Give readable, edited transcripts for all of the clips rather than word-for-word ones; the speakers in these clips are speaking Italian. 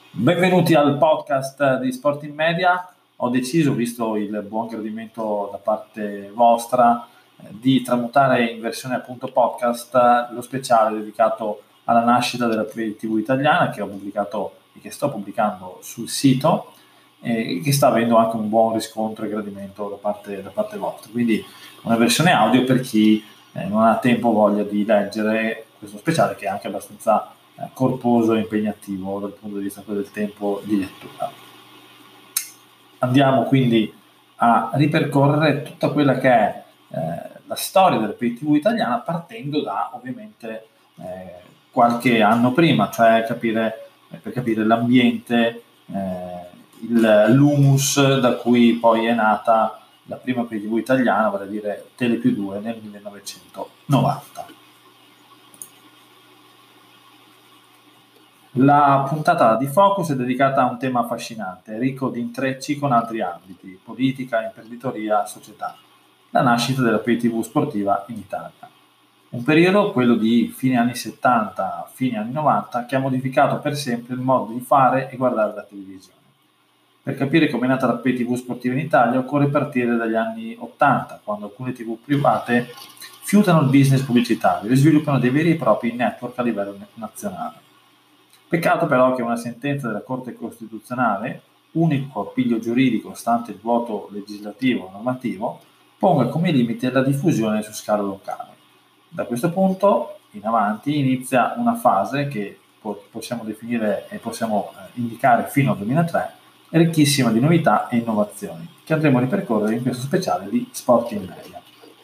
Benvenuti al podcast di Sport in Media. Ho deciso, visto il buon gradimento da parte vostra, di tramutare in versione appunto podcast lo speciale dedicato alla nascita della Play TV italiana che ho pubblicato e che sto pubblicando sul sito e che sta avendo anche un buon riscontro e gradimento da parte vostra. Quindi una versione audio per chi non ha tempo o voglia di leggere questo speciale, che è anche abbastanza corposo e impegnativo dal punto di vista del tempo di lettura. Andiamo quindi a ripercorrere tutta quella che è la storia della Pay TV italiana, partendo da ovviamente qualche anno prima, cioè per capire l'ambiente, l'humus da cui poi è nata la prima Pay TV italiana, vale a dire Telepiù2 nel 1990. La puntata di Focus è dedicata a un tema affascinante, ricco di intrecci con altri ambiti, politica, imprenditoria, società, la nascita della Pay TV sportiva in Italia. Un periodo, quello di fine anni 70, fine anni 90, che ha modificato per sempre il modo di fare e guardare la televisione. Per capire come è nata la Pay TV sportiva in Italia occorre partire dagli anni 80, quando alcune TV private fiutano il business pubblicitario e sviluppano dei veri e propri network a livello nazionale. Peccato però che una sentenza della Corte Costituzionale, unico appiglio giuridico stante il vuoto legislativo e normativo, ponga come limite la diffusione su scala locale. Da questo punto in avanti inizia una fase che possiamo definire e possiamo indicare fino al 2003, ricchissima di novità e innovazioni, che andremo a ripercorrere in questo speciale di Sport in Media.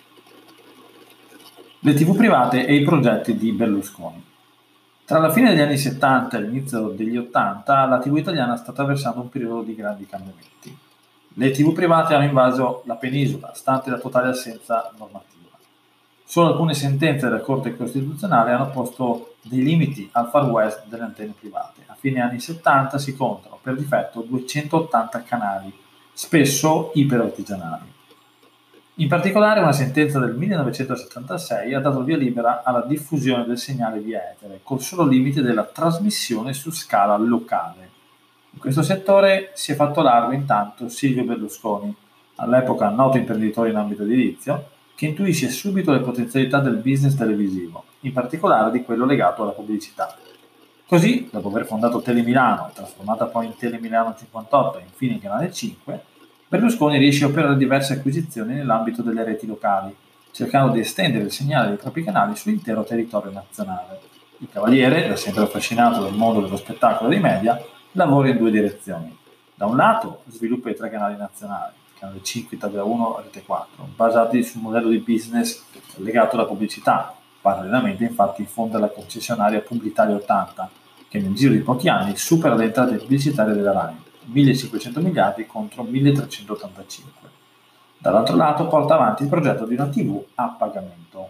Le TV private e i progetti di Berlusconi. Tra la fine degli anni 70 e l'inizio degli 80, la TV italiana sta attraversando un periodo di grandi cambiamenti. Le TV private hanno invaso la penisola, stante la totale assenza normativa. Solo alcune sentenze della Corte Costituzionale hanno posto dei limiti al far west delle antenne private. A fine anni 70 si contano per difetto 280 canali, spesso iperartigianali. In particolare una sentenza del 1976 ha dato via libera alla diffusione del segnale via etere, col solo limite della trasmissione su scala locale. In questo settore si è fatto largo intanto Silvio Berlusconi, all'epoca noto imprenditore in ambito edilizio, che intuisce subito le potenzialità del business televisivo, in particolare di quello legato alla pubblicità. Così, dopo aver fondato Telemilano, trasformata poi in Telemilano 58 e infine in Canale 5, Berlusconi riesce a operare diverse acquisizioni nell'ambito delle reti locali, cercando di estendere il segnale dei propri canali sull'intero territorio nazionale. Il Cavaliere, da sempre affascinato dal mondo dello spettacolo e dei media, lavora in due direzioni. Da un lato sviluppa i tre canali nazionali, Canale 5, Italia 1 e Rete 4, basati sul modello di business legato alla pubblicità. Parallelamente infatti fonda la concessionaria Publitalia 80, che nel giro di pochi anni supera le entrate pubblicitarie della RAI, 1.500 miliardi contro 1.385. Dall'altro lato porta avanti il progetto di una TV a pagamento.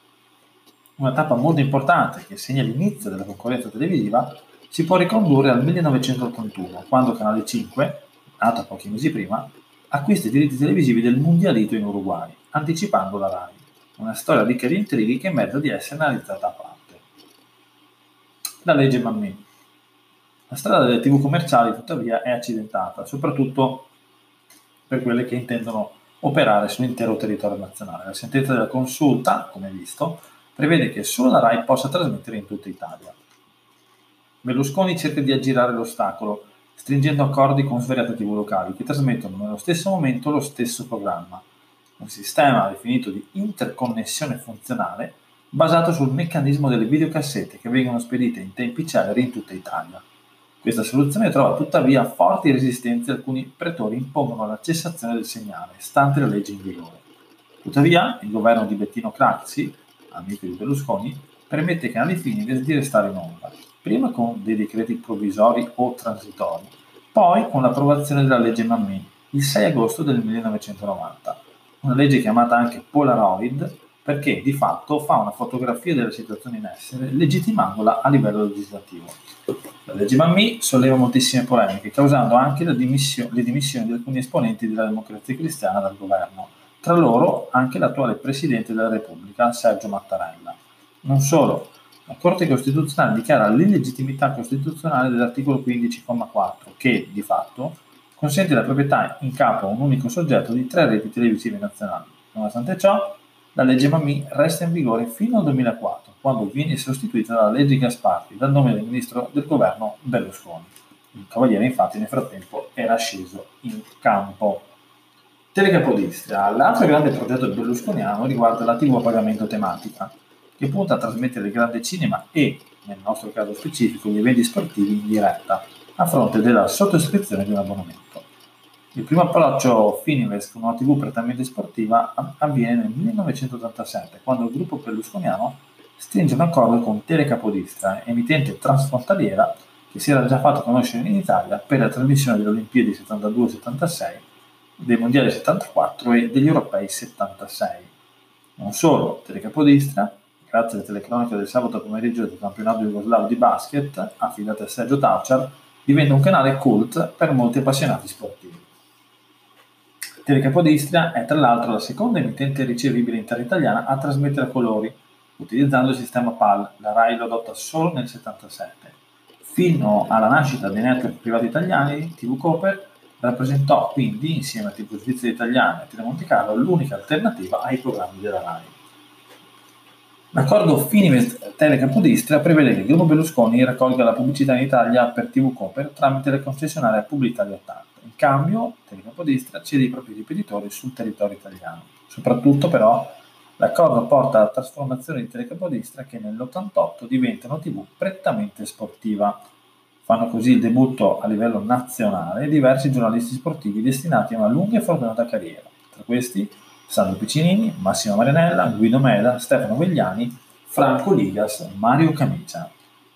Una tappa molto importante che segna l'inizio della concorrenza televisiva si può ricondurre al 1981, quando Canale 5, nata pochi mesi prima, acquista i diritti televisivi del Mundialito in Uruguay, anticipando la RAI. Una storia ricca di intrighi che merita di essere analizzata a parte. La legge Mammì. La strada delle TV commerciali, tuttavia, è accidentata, soprattutto per quelle che intendono operare sull'intero territorio nazionale. La sentenza della Consulta, come visto, prevede che solo la RAI possa trasmettere in tutta Italia. Berlusconi cerca di aggirare l'ostacolo, stringendo accordi con svariate TV locali che trasmettono nello stesso momento lo stesso programma, un sistema definito di interconnessione funzionale basato sul meccanismo delle videocassette che vengono spedite in tempi celeri in tutta Italia. Questa soluzione trova tuttavia forti resistenze e alcuni pretori impongono la cessazione del segnale, stante la legge in vigore. Tuttavia, il governo di Bettino Craxi, amico di Berlusconi, permette ai canali Fini di restare in onda, prima con dei decreti provvisori o transitori, poi con l'approvazione della legge Mammì, il 6 agosto del 1990, una legge chiamata anche Polaroid perché di fatto fa una fotografia della situazione in essere, legittimandola a livello legislativo. La legge Mammì solleva moltissime polemiche, causando anche le dimissioni di alcuni esponenti della Democrazia Cristiana dal governo, tra loro anche l'attuale Presidente della Repubblica, Sergio Mattarella. Non solo, La Corte Costituzionale dichiara l'illegittimità costituzionale dell'articolo 15,4 che, di fatto, consente la proprietà in capo a un unico soggetto di 3 reti televisive nazionali. Nonostante ciò, la legge Mammì resta in vigore fino al 2004, quando viene sostituita dalla legge Gasparri dal nome del ministro del governo Berlusconi. Il Cavaliere, infatti, nel frattempo era sceso in campo. Telecapodistria. L'altro grande progetto berlusconiano riguarda la TV a pagamento tematica, che punta a trasmettere il grande cinema e, nel nostro caso specifico, gli eventi sportivi in diretta, a fronte della sottoscrizione di un abbonamento. Il primo approccio Fininvest con una TV prettamente sportiva avviene nel 1987, quando il gruppo berlusconiano stringe un accordo con Telecapodistria, emittente transfrontaliera che si era già fatto conoscere in Italia per la trasmissione delle Olimpiadi 72-76, dei Mondiali 74 e degli Europei 76. Non solo, Telecapodistria, grazie alle telecronache del sabato pomeriggio del campionato jugoslavo di basket, affidate a Sergio Tauciar, diventa un canale cult per molti appassionati sportivi. Telecapodistria è tra l'altro la seconda emittente ricevibile in terra italiana a trasmettere a colori, utilizzando il sistema PAL, la RAI lo adotta solo nel 1977. Fino alla nascita dei network privati italiani, TV Cooper rappresentò quindi, insieme a TV Svizzera Italiana e Tele Monte Carlo, l'unica alternativa ai programmi della RAI. L'accordo Fininvest Telecapodistria prevede che il gruppo Berlusconi raccolga la pubblicità in Italia per TV Cooper tramite le concessionarie Publitalia 80. In cambio, Telecapodistria cede i propri ripetitori sul territorio italiano. Soprattutto, però, l'accordo porta alla trasformazione di Telecapodistria che nell'88 diventa una TV prettamente sportiva. Fanno così il debutto a livello nazionale diversi giornalisti sportivi destinati a una lunga e fortunata carriera. Tra questi Sandro Piccinini, Massimo Marinella, Guido Meda, Stefano Vegliani, Franco Ligas, Mario Camicia.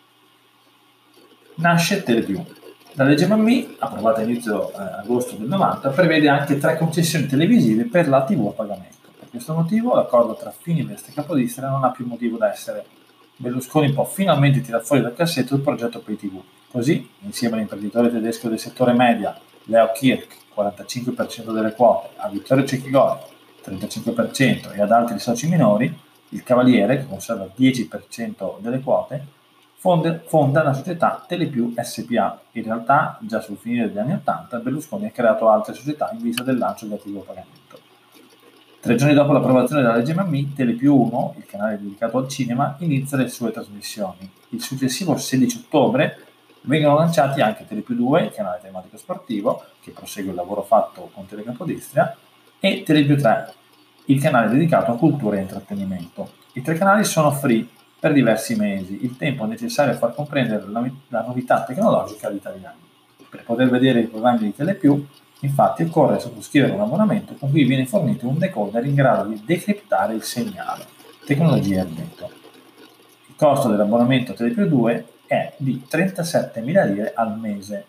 Nasce Telepiù. La legge Mammì, approvata a inizio agosto del 90, prevede anche 3 concessioni televisive per la TV a pagamento. Per questo motivo l'accordo tra Fininvest e Capodistria non ha più motivo d'essere. Berlusconi può finalmente tirare fuori dal cassetto il progetto Pay TV. Così, insieme all'imprenditore tedesco del settore media, Leo Kirch, 45% delle quote, a Vittorio Cecchigori, 35% e ad altri soci minori, il Cavaliere, che conserva il 10% delle quote, fonda la società Telepiù SPA. In realtà, già sul finire degli anni 80, Berlusconi ha creato altre società in vista del lancio del attivo a pagamento. 3 giorni dopo l'approvazione della legge Mammì, Telepiù 1, il canale dedicato al cinema, inizia le sue trasmissioni. Il successivo 16 ottobre vengono lanciati anche Telepiù 2, il canale tematico sportivo, che prosegue il lavoro fatto con Telecapodistria, e Telepiù 3, il canale dedicato a cultura e intrattenimento. I 3 canali sono free per diversi mesi, il tempo necessario a far comprendere la novità tecnologica agli italiani. Per poter vedere i programmi di Telepiù, infatti, occorre sottoscrivere un abbonamento con cui viene fornito un decoder in grado di decriptare il segnale, tecnologia Ernesto. Il costo dell'abbonamento Telepiù 2 è di 37.000 lire al mese,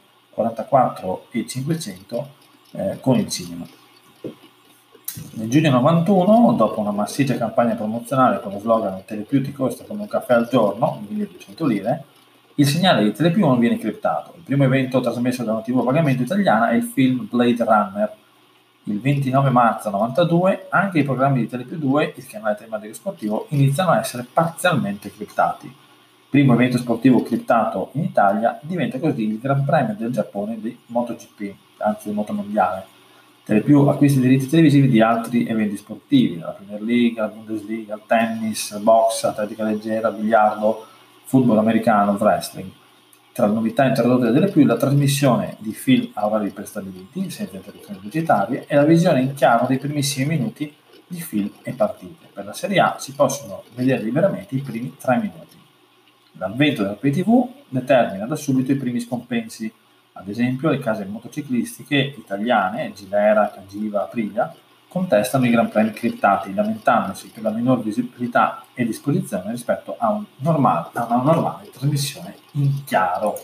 44.500 con il cinema. Nel giugno 91, dopo una massiccia campagna promozionale con lo slogan Telepiù ti costa come un caffè al giorno, 1.200 lire, il segnale di Telepiù 1 viene criptato. Il primo evento trasmesso da una TV a pagamento italiana è il film Blade Runner. Il 29 marzo 92 anche i programmi di Telepiù 2, il canale tematico sportivo, iniziano a essere parzialmente criptati. Il primo evento sportivo criptato in Italia diventa così il Gran Premio del Giappone di MotoGP, anzi del Motomondiale. Telepiù acquista i diritti televisivi di altri eventi sportivi, la Premier League, la Bundesliga, il tennis, box, atletica leggera, biliardo, football americano, wrestling. Tra le novità introdotte da Telepiù la trasmissione di film a orari prestabiliti, senza interruzioni pubblicitarie, e la visione in chiaro dei primissimi minuti di film e partite. Per la Serie A si possono vedere liberamente i primi 3 minuti. L'avvento della Pay TV determina da subito i primi scompensi. Ad esempio, le case motociclistiche italiane, Gilera, Cagiva, Aprilia, contestano i Gran Premi criptati, lamentandosi per la minor visibilità e disposizione rispetto a una normale trasmissione in chiaro.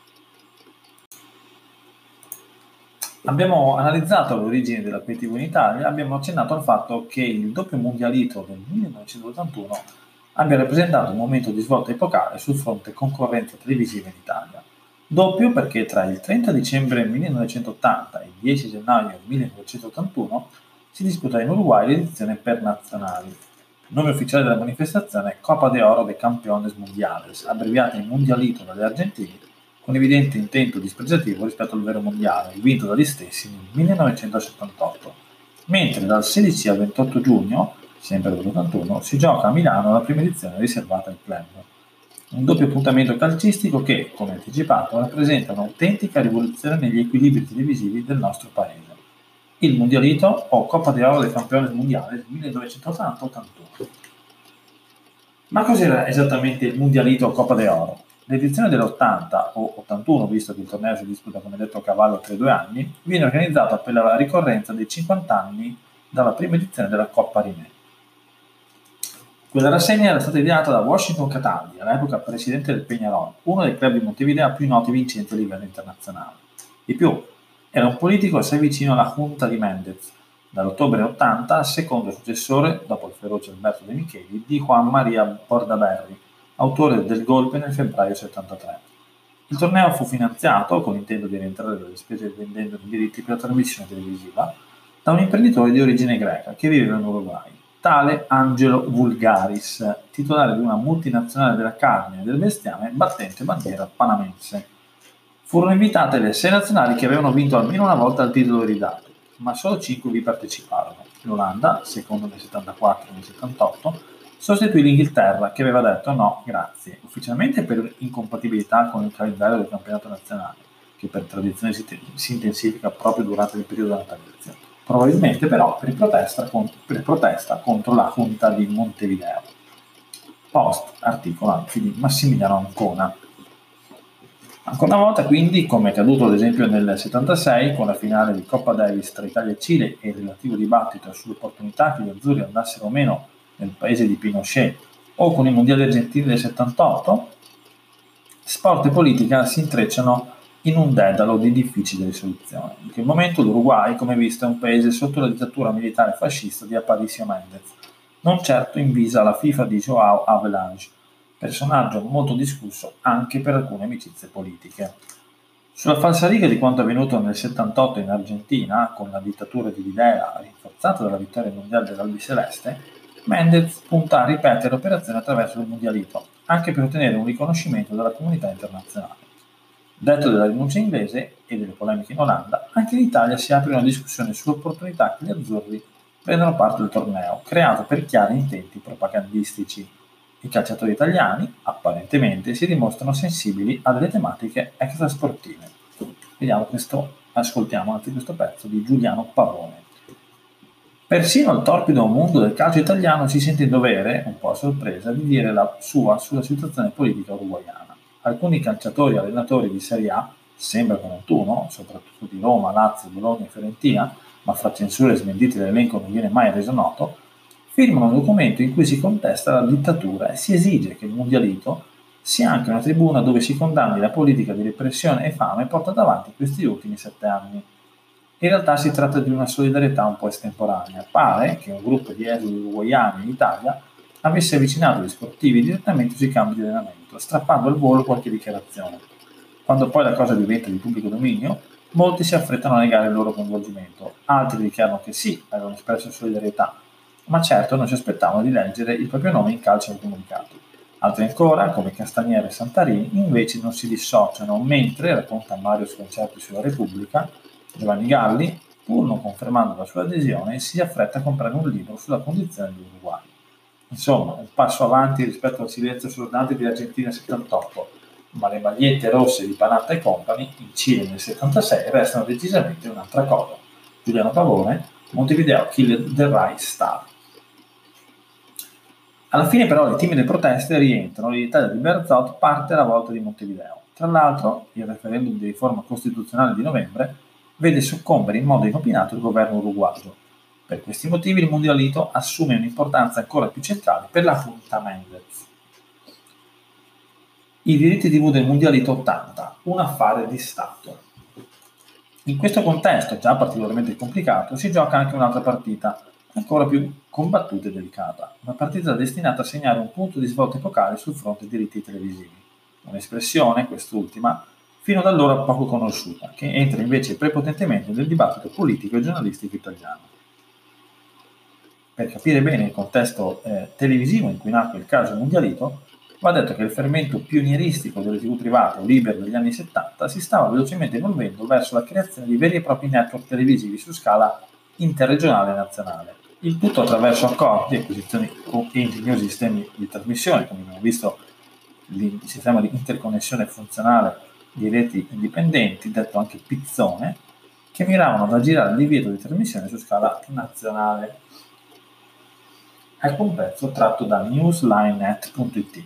Abbiamo analizzato l'origine della Pay TV in Italia, abbiamo accennato al fatto che il doppio mondialito del 1981 abbia rappresentato un momento di svolta epocale sul fronte concorrenza televisiva in Italia. Doppio perché tra il 30 dicembre 1980 e il 10 gennaio 1981 si disputa in Uruguay l'edizione per nazionali. Nome ufficiale della manifestazione è Copa de Oro de Campeones Mundiales, abbreviata in Mundialito dagli argentini, con evidente intento dispregiativo rispetto al vero mondiale, vinto dagli stessi nel 1978, mentre dal 16 al 28 giugno, sempre dell'81, si gioca a Milano la prima edizione riservata al club. Un doppio appuntamento calcistico che, come anticipato, rappresenta un'autentica rivoluzione negli equilibri televisivi del nostro paese. Il Mundialito o Coppa de Oro dei Campioni Mondiali 1980-81. Ma cos'era esattamente il Mundialito o Coppa de Oro? L'edizione dell'80 o 81, visto che il torneo si disputa come detto a cavallo tra i 2 anni, viene organizzata per la ricorrenza dei 50 anni dalla prima edizione della Coppa Rimè. Quella rassegna era stata ideata da Washington Cataldi, all'epoca presidente del Peñarol, uno dei club di Montevideo più noti e vincenti a livello internazionale. Di più, era un politico assai vicino alla Junta di Méndez, dall'ottobre 80 secondo successore, dopo il feroce Alberto De Micheli, di Juan María Bordaberry, autore del golpe nel febbraio 73. Il torneo fu finanziato, con l'intento di rientrare dalle spese vendendo i diritti per la trasmissione televisiva, da un imprenditore di origine greca che viveva in Uruguay, tale Angelo Vulgaris, titolare di una multinazionale della carne e del bestiame battente bandiera panamense. Furono invitate le 6 nazionali che avevano vinto almeno una volta il titolo ridato, ma solo 5 vi parteciparono. L'Olanda, secondo nel 74 e nel 78, sostituì l'Inghilterra, che aveva detto no, grazie, ufficialmente per incompatibilità con il calendario del campionato nazionale, che per tradizione si intensifica proprio durante il periodo natalizio, probabilmente però per protesta contro la Junta di Montevideo. Post, articolo anche di Massimiliano Ancona. Ancora una volta, quindi, come è accaduto ad esempio nel 76 con la finale di Coppa Davis tra Italia e Cile e il relativo dibattito sull'opportunità che gli azzurri andassero o meno nel paese di Pinochet, o con i mondiali argentini del 78, sport e politica si intrecciano in un dedalo di difficile risoluzione. In quel momento l'Uruguay, come visto, è un paese sotto la dittatura militare fascista di Aparicio Méndez, non certo invisa alla FIFA di João Havelange, personaggio molto discusso anche per alcune amicizie politiche. Sulla falsariga di quanto avvenuto nel 78 in Argentina, con la dittatura di Videla rinforzata dalla vittoria mondiale dell'Albiceleste, Méndez punta a ripetere l'operazione attraverso il Mundialito, anche per ottenere un riconoscimento dalla comunità internazionale. Detto della rinuncia inglese e delle polemiche in Olanda, anche in Italia si apre una discussione sull'opportunità che gli azzurri prendano parte del torneo, creato per chiari intenti propagandistici. I calciatori italiani, apparentemente, si dimostrano sensibili a delle tematiche extrasportive. Ascoltiamo questo pezzo di Giuliano Pavone. Persino il torpido mondo del calcio italiano si sente in dovere, un po' a sorpresa, di dire la sua sulla situazione politica uruguaiana. Alcuni calciatori e allenatori di Serie A, sembra 41, soprattutto di Roma, Lazio, Bologna e Fiorentina, ma fra censure e smentite l'elenco non viene mai reso noto, firmano un documento in cui si contesta la dittatura e si esige che il Mundialito sia anche una tribuna dove si condanni la politica di repressione e fame portata avanti questi ultimi 7 anni. In realtà si tratta di una solidarietà un po' estemporanea. Pare che un gruppo di esuli uruguaiani in Italia avesse avvicinato gli sportivi direttamente sui campi di allenamento, strappando al volo qualche dichiarazione. Quando poi la cosa diventa di pubblico dominio, molti si affrettano a negare il loro coinvolgimento, altri dichiarano che sì, avevano espresso solidarietà, ma certo non si aspettavano di leggere il proprio nome in calce al comunicato. Altri ancora, come Castaniere e Santarini, invece non si dissociano, mentre, racconta Mario Sconcerti sulla Repubblica, Giovanni Galli, pur non confermando la sua adesione, si affretta a comprare un libro sulla condizione dell'Uruguay. Insomma, un passo avanti rispetto al silenzio assordante di Argentina 78, ma le magliette rosse di Panatta e Company in Cile nel 76 restano decisamente un'altra cosa. Giuliano Pavone, Montevideo Killer del Rai Star. Alla fine però le timide proteste rientrano e l'Italia di Bearzot parte alla volta di Montevideo. Tra l'altro, il referendum di riforma costituzionale di novembre vede soccombere in modo inopinato il governo uruguayo. Per questi motivi il Mundialito assume un'importanza ancora più centrale per la Junta Méndez. I diritti TV del Mundialito 80, un affare di Stato. In questo contesto, già particolarmente complicato, si gioca anche un'altra partita, ancora più combattuta e delicata, una partita destinata a segnare un punto di svolta epocale sul fronte dei diritti televisivi. Un'espressione, quest'ultima, fino ad allora poco conosciuta, che entra invece prepotentemente nel dibattito politico e giornalistico italiano. per capire bene il contesto televisivo in cui nacque il caso Mondialito, va detto che il fermento pionieristico delle TV private o libere degli anni 70 si stava velocemente evolvendo verso la creazione di veri e propri network televisivi su scala interregionale e nazionale. Il tutto attraverso accordi, acquisizioni e ingegnosi sistemi di trasmissione, come abbiamo visto il sistema di interconnessione funzionale di reti indipendenti, detto anche pizzone, che miravano ad aggirare il divieto di trasmissione su scala nazionale. Ecco un pezzo tratto da newslinenet.it.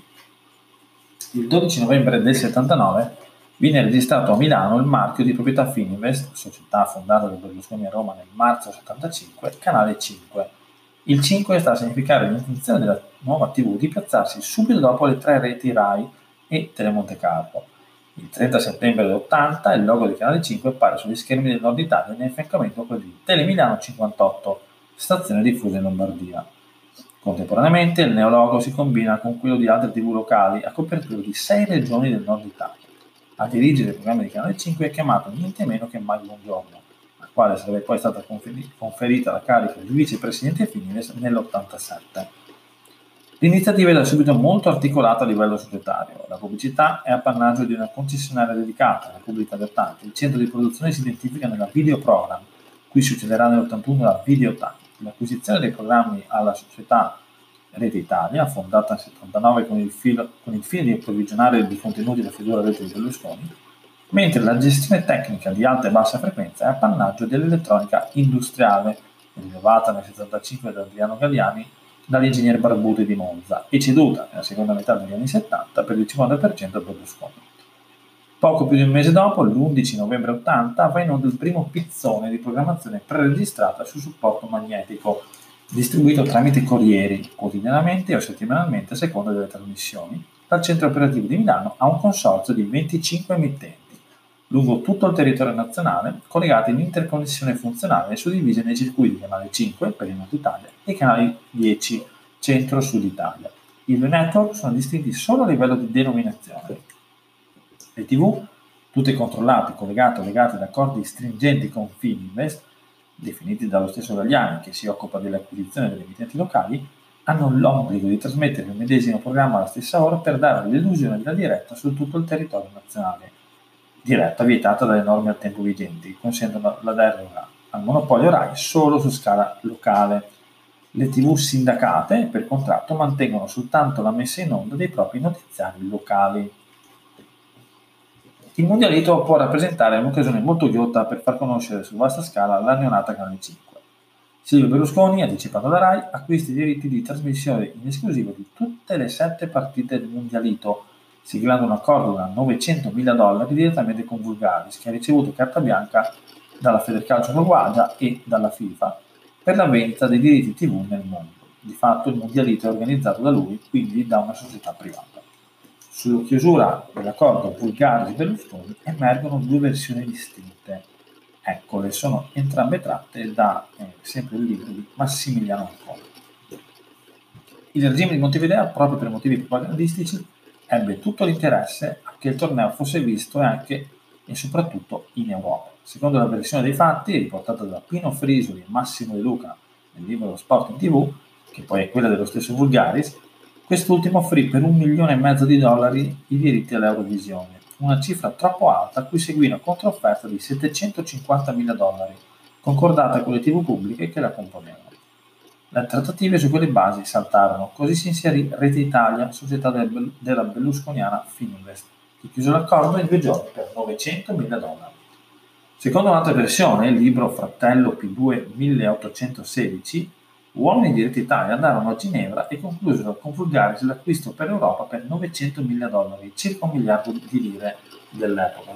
Il 12 novembre del 79 viene registrato a Milano il marchio di proprietà Fininvest, società fondata da Berlusconi a Roma nel marzo 75, Canale 5. Il 5 sta a significare l'intenzione della nuova TV di piazzarsi subito dopo le 3 reti Rai e Telemonte Carlo. Il 30 settembre dell'80 il logo di Canale 5 appare sugli schermi del Nord Italia in affiancamento a quello di Telemilano 58, stazione diffusa in Lombardia. Contemporaneamente il neologo si combina con quello di altre TV locali a copertura di 6 regioni del Nord Italia. A dirigere il programma di Canale 5 è chiamato niente meno che Mike Bongiorno, al quale sarebbe poi stata conferita la carica di vicepresidente Fininvest nell'87. L'iniziativa è da subito molto articolata a livello societario. La pubblicità è appannaggio di una concessionaria dedicata, la Repubblica d'Ottanta. Il centro di produzione si identifica nella Videoprogram, cui succederà nell'81 la Videotype. L'acquisizione dei programmi alla società Rete Italia, fondata nel 79 con il fine di approvvigionare di contenuti la figura rete di Berlusconi, mentre la gestione tecnica di alta e bassa frequenza è appannaggio dell'elettronica industriale, rilevata nel 75 da Adriano Galliani dall'ingegner Barbuti di Monza e ceduta nella seconda metà degli anni 70 per il 50% a Berlusconi. Poco più di un mese dopo, l'11 novembre 80, va in onda il primo pizzone di programmazione preregistrata su supporto magnetico, distribuito tramite corrieri, quotidianamente o settimanalmente a seconda delle trasmissioni, dal centro operativo di Milano a un consorzio di 25 emittenti, lungo tutto il territorio nazionale, collegati in interconnessione funzionale e suddivise nei circuiti Canale 5 per il Nord Italia e Canale 10 Centro-Sud Italia. I due network sono distinti solo a livello di denominazione. Le TV, tutte controllate, collegate o legate da accordi stringenti con Fininvest, definiti dallo stesso Galliani, che si occupa dell'acquisizione delle emittenti locali, hanno l'obbligo di trasmettere il medesimo programma alla stessa ora per dare l'illusione della diretta su tutto il territorio nazionale. Diretta vietata dalle norme al tempo vigenti, che consentono la deroga al monopolio Rai solo su scala locale. Le TV sindacate, per contratto, mantengono soltanto la messa in onda dei propri notiziari locali. Il Mondialito può rappresentare un'occasione molto ghiotta per far conoscere su vasta scala la neonata Canale 5. Silvio Berlusconi, anticipato da Rai, acquista i diritti di trasmissione in esclusiva di tutte le 7 partite del Mondialito, siglando un accordo da $900.000 direttamente con Vulgaris, che ha ricevuto carta bianca dalla Federcalcio Norvegia e dalla FIFA per la vendita dei diritti TV nel mondo. Di fatto il Mondialito è organizzato da lui, quindi da una società privata. Sulla chiusura dell'accordo Vulgaris-Berlusconi emergono 2 versioni distinte. Eccole, sono entrambe tratte da sempre il libro di Massimiliano Ancona. Il regime di Montevideo, proprio per motivi propagandistici, ebbe tutto l'interesse a che il torneo fosse visto anche e soprattutto in Europa. Secondo la versione dei fatti, riportata da Pino Frisoli e Massimo De Luca nel libro Lo Sport in TV, che poi è quella dello stesso Vulgaris, quest'ultimo offrì per $1,5 milioni i diritti all'Eurovisione, una cifra troppo alta a cui seguì una controfferta di $750.000, concordata con le TV pubbliche che la componevano. Le trattative su quelle basi saltarono, così si inserì Rete Italia, società della berlusconiana Fininvest, che chiuse l'accordo in 2 giorni per $900.000. Secondo un'altra versione, il libro Fratello P2 1816, uomini di Rete Italia andarono a Ginevra e conclusero con Vulgaris l'acquisto per Europa per $900.000, circa $1 miliardo di lire dell'epoca,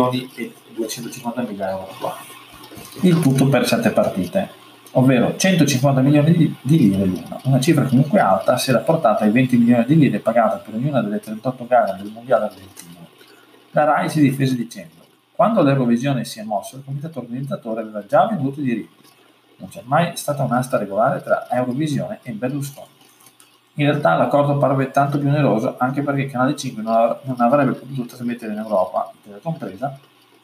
€2.250.000. Il tutto per 7 partite, ovvero 150 milioni di lire l'una, una cifra comunque alta se rapportata ai 20 milioni di lire pagata per ognuna delle 38 gare del mondiale argentino. La Rai si difese dicendo: quando l'Eurovisione si è mossa, il comitato organizzatore aveva già venduto i diritti. Non c'è mai stata un'asta regolare tra Eurovisione e Berlusconi. In realtà l'accordo parve tanto più oneroso anche perché Canale 5 non avrebbe potuto trasmettere in Europa, Italia compresa,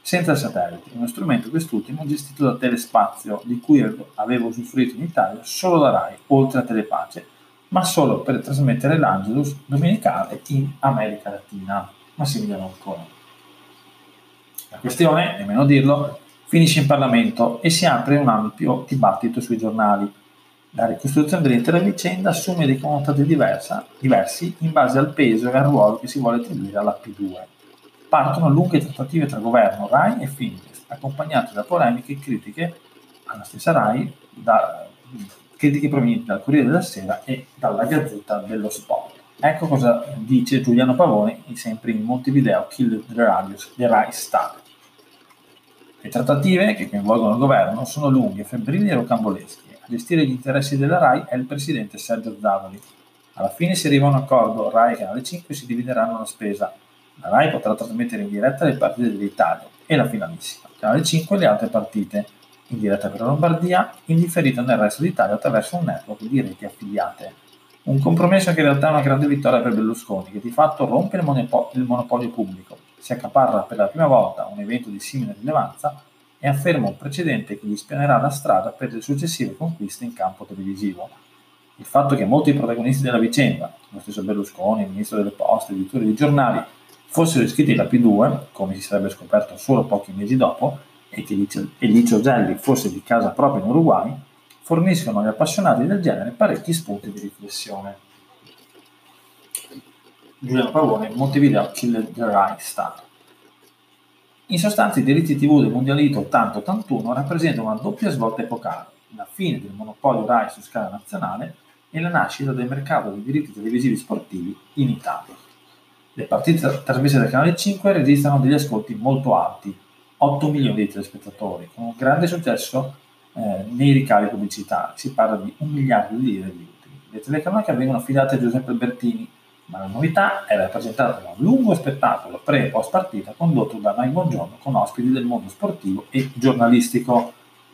senza il satellite, uno strumento quest'ultimo gestito da Telespazio, di cui avevo usufruito in Italia solo la RAI, oltre a Telepace, ma solo per trasmettere l'Angelus domenicale in America Latina. Ma si vedono ancora. La questione, nemmeno dirlo, finisce in Parlamento e si apre un ampio dibattito sui giornali. La ricostruzione dell'intera vicenda assume dei connotati diversi in base al peso e al ruolo che si vuole attribuire alla P2. Partono lunghe trattative tra governo, RAI e Fininvest, accompagnate da polemiche e critiche alla stessa RAI, critiche provenienti dal Corriere della Sera e dalla Gazzetta dello Sport. Ecco cosa dice Giuliano Pavone, sempre in Montevideo, Kill the Radius, the RAI Star. Le trattative che coinvolgono il governo sono lunghe, febbrili e rocambolesche. A gestire gli interessi della RAI è il presidente Sergio Zavoli. Alla fine si arriva a un accordo, RAI e Canale 5 si divideranno la spesa. La RAI potrà trasmettere in diretta le partite dell'Italia e la finalissima. Canale 5 le altre partite, in diretta per la Lombardia, in differita nel resto d'Italia attraverso un network di reti affiliate. Un compromesso che in realtà è una grande vittoria per Berlusconi, che di fatto rompe il monopolio pubblico, si accaparra per la prima volta un evento di simile rilevanza e afferma un precedente che gli spianerà la strada per le successive conquiste in campo televisivo. Il fatto che molti protagonisti della vicenda, lo stesso Berlusconi, il ministro delle poste, gli editori dei giornali, fossero iscritti alla P2, come si sarebbe scoperto solo pochi mesi dopo, e che Licio Gelli fosse di casa propria in Uruguay, forniscono agli appassionati del genere parecchi spunti di riflessione. Giuliano Pavone, Montevideo, Kill the RAI Star. In sostanza i diritti TV del Mondialito 80-81 rappresentano una doppia svolta epocale, la fine del monopolio RAI su scala nazionale e la nascita del mercato dei diritti televisivi sportivi in Italia. Le partite trasmesse dal Canale 5 registrano degli ascolti molto alti, 8 milioni di telespettatori, con un grande successo nei ricavi pubblicitari. Si parla di 1 miliardo di lire di utili. Le telecronache vengono affidate a Giuseppe Albertini, ma la novità è rappresentata da un lungo spettacolo pre- e post partita condotto da Mike Bongiorno con ospiti del mondo sportivo e giornalistico.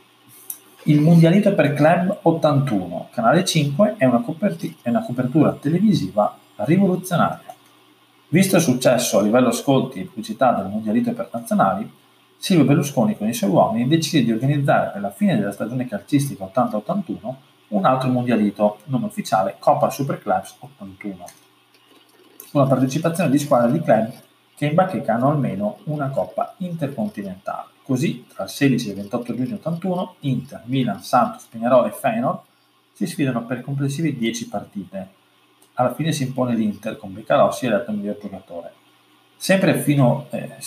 Il Mondialito per Club 81, Canale 5, è una copertura televisiva rivoluzionaria. Visto il successo a livello ascolti e pubblicità del Mondialito per nazionali, Silvio Berlusconi con i suoi uomini decide di organizzare per la fine della stagione calcistica 80-81 un altro mondialito, nome ufficiale Coppa Superclubs 81, con la partecipazione di squadre di club che imbacheccano almeno una coppa intercontinentale. Così, tra il 16 e il 28 giugno 81, Inter, Milan, Santos, Peñarol e Feyenoord si sfidano per complessive 10 partite. Alla fine si impone l'Inter con Beccalossi eletto miglior giocatore. Sempre Pino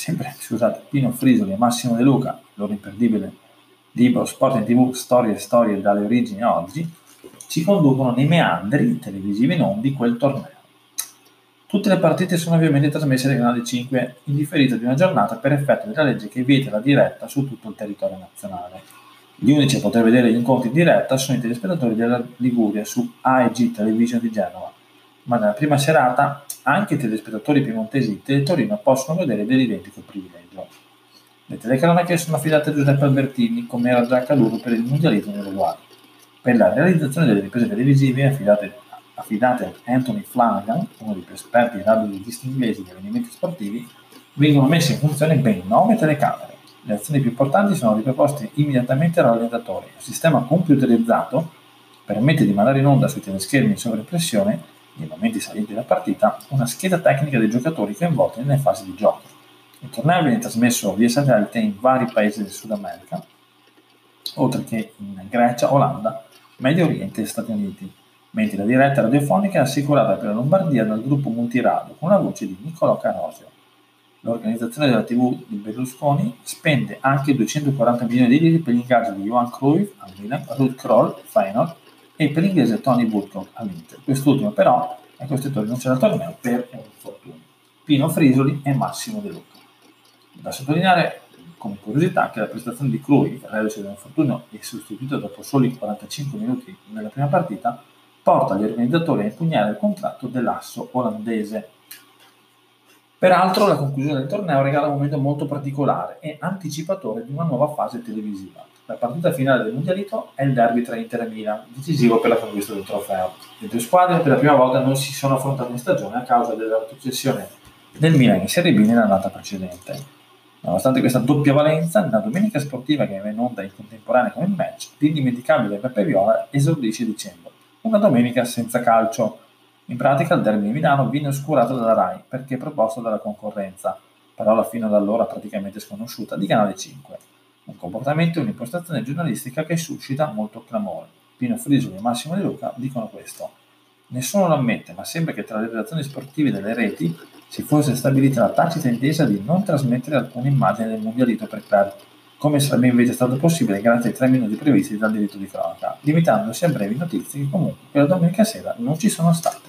Frisoli e Massimo De Luca, il loro imperdibile libro Sport in TV, storie e storie dalle origini a oggi, ci conducono nei meandri televisivi non di quel torneo. Tutte le partite sono ovviamente trasmesse dal Canale 5 in differita di una giornata per effetto della legge che vieta la diretta su tutto il territorio nazionale. Gli unici a poter vedere gli incontri in diretta sono i telespettatori della Liguria su AEG Television di Genova, ma nella prima serata anche i telespettatori piemontesi di Teletorino possono godere dell'identico privilegio. Le telecronache sono affidate a Giuseppe Albertini, come era già accaduto per il Mondialito in Uruguay. Per la realizzazione delle riprese televisive affidate a Anthony Flanagan, uno dei più esperti e radioregisti inglesi di avvenimenti sportivi, vengono messe in funzione ben 9 telecamere. Le azioni più importanti sono riproposte immediatamente al rallentatore. Il sistema computerizzato permette di mandare in onda sui teleschermi in sovraimpressione, nei momenti salienti della partita, una scheda tecnica dei giocatori coinvolti nelle fasi di gioco. Il torneo viene trasmesso via satellite in vari paesi del Sud America, oltre che in Grecia, Olanda, Medio Oriente e Stati Uniti, mentre la diretta radiofonica è assicurata per la Lombardia dal gruppo Multiradio con la voce di Niccolò Carosio. L'organizzazione della TV di Berlusconi spende anche 240 milioni di lire per gli ingaggi di Johan Cruyff al Milan, Ruud Krol, Feyenoord e per l'inglese Tony Woodcock all'Inter. Quest'ultimo però è costretto a rinunciare al torneo per un infortunio. Pino Frisoli e Massimo De Luca. Da sottolineare come curiosità che la prestazione di Cruyff, reduce da un infortunio e sostituito dopo soli 45 minuti nella prima partita, porta gli organizzatori a impugnare il contratto dell'asso olandese. Peraltro la conclusione del torneo regala un momento molto particolare e anticipatore di una nuova fase televisiva. La partita finale del Mondialito è il derby tra Inter e Milan, decisivo per la conquista del trofeo. Le due squadre per la prima volta non si sono affrontate in stagione a causa della retrocessione del Milan in Serie B nell'annata precedente. Nonostante questa doppia valenza, nella domenica sportiva che va in onda in contemporanea con il match, l'indimenticabile Beppe Viola esordisce dicendo: una domenica senza calcio. In pratica il derby di Milano viene oscurato dalla RAI perché proposto dalla concorrenza, parola fino ad allora praticamente sconosciuta, di Canale 5. Un comportamento e un'impostazione giornalistica che suscita molto clamore. Pino Frisoli e Massimo De Luca dicono questo: nessuno lo ammette, ma sembra che tra le redazioni sportive delle reti si fosse stabilita la tacita intesa di non trasmettere alcune immagini del mondialito per club, come sarebbe invece stato possibile grazie ai 3 minuti previsti dal diritto di cronaca, limitandosi a brevi notizie che comunque quella domenica sera non ci sono state.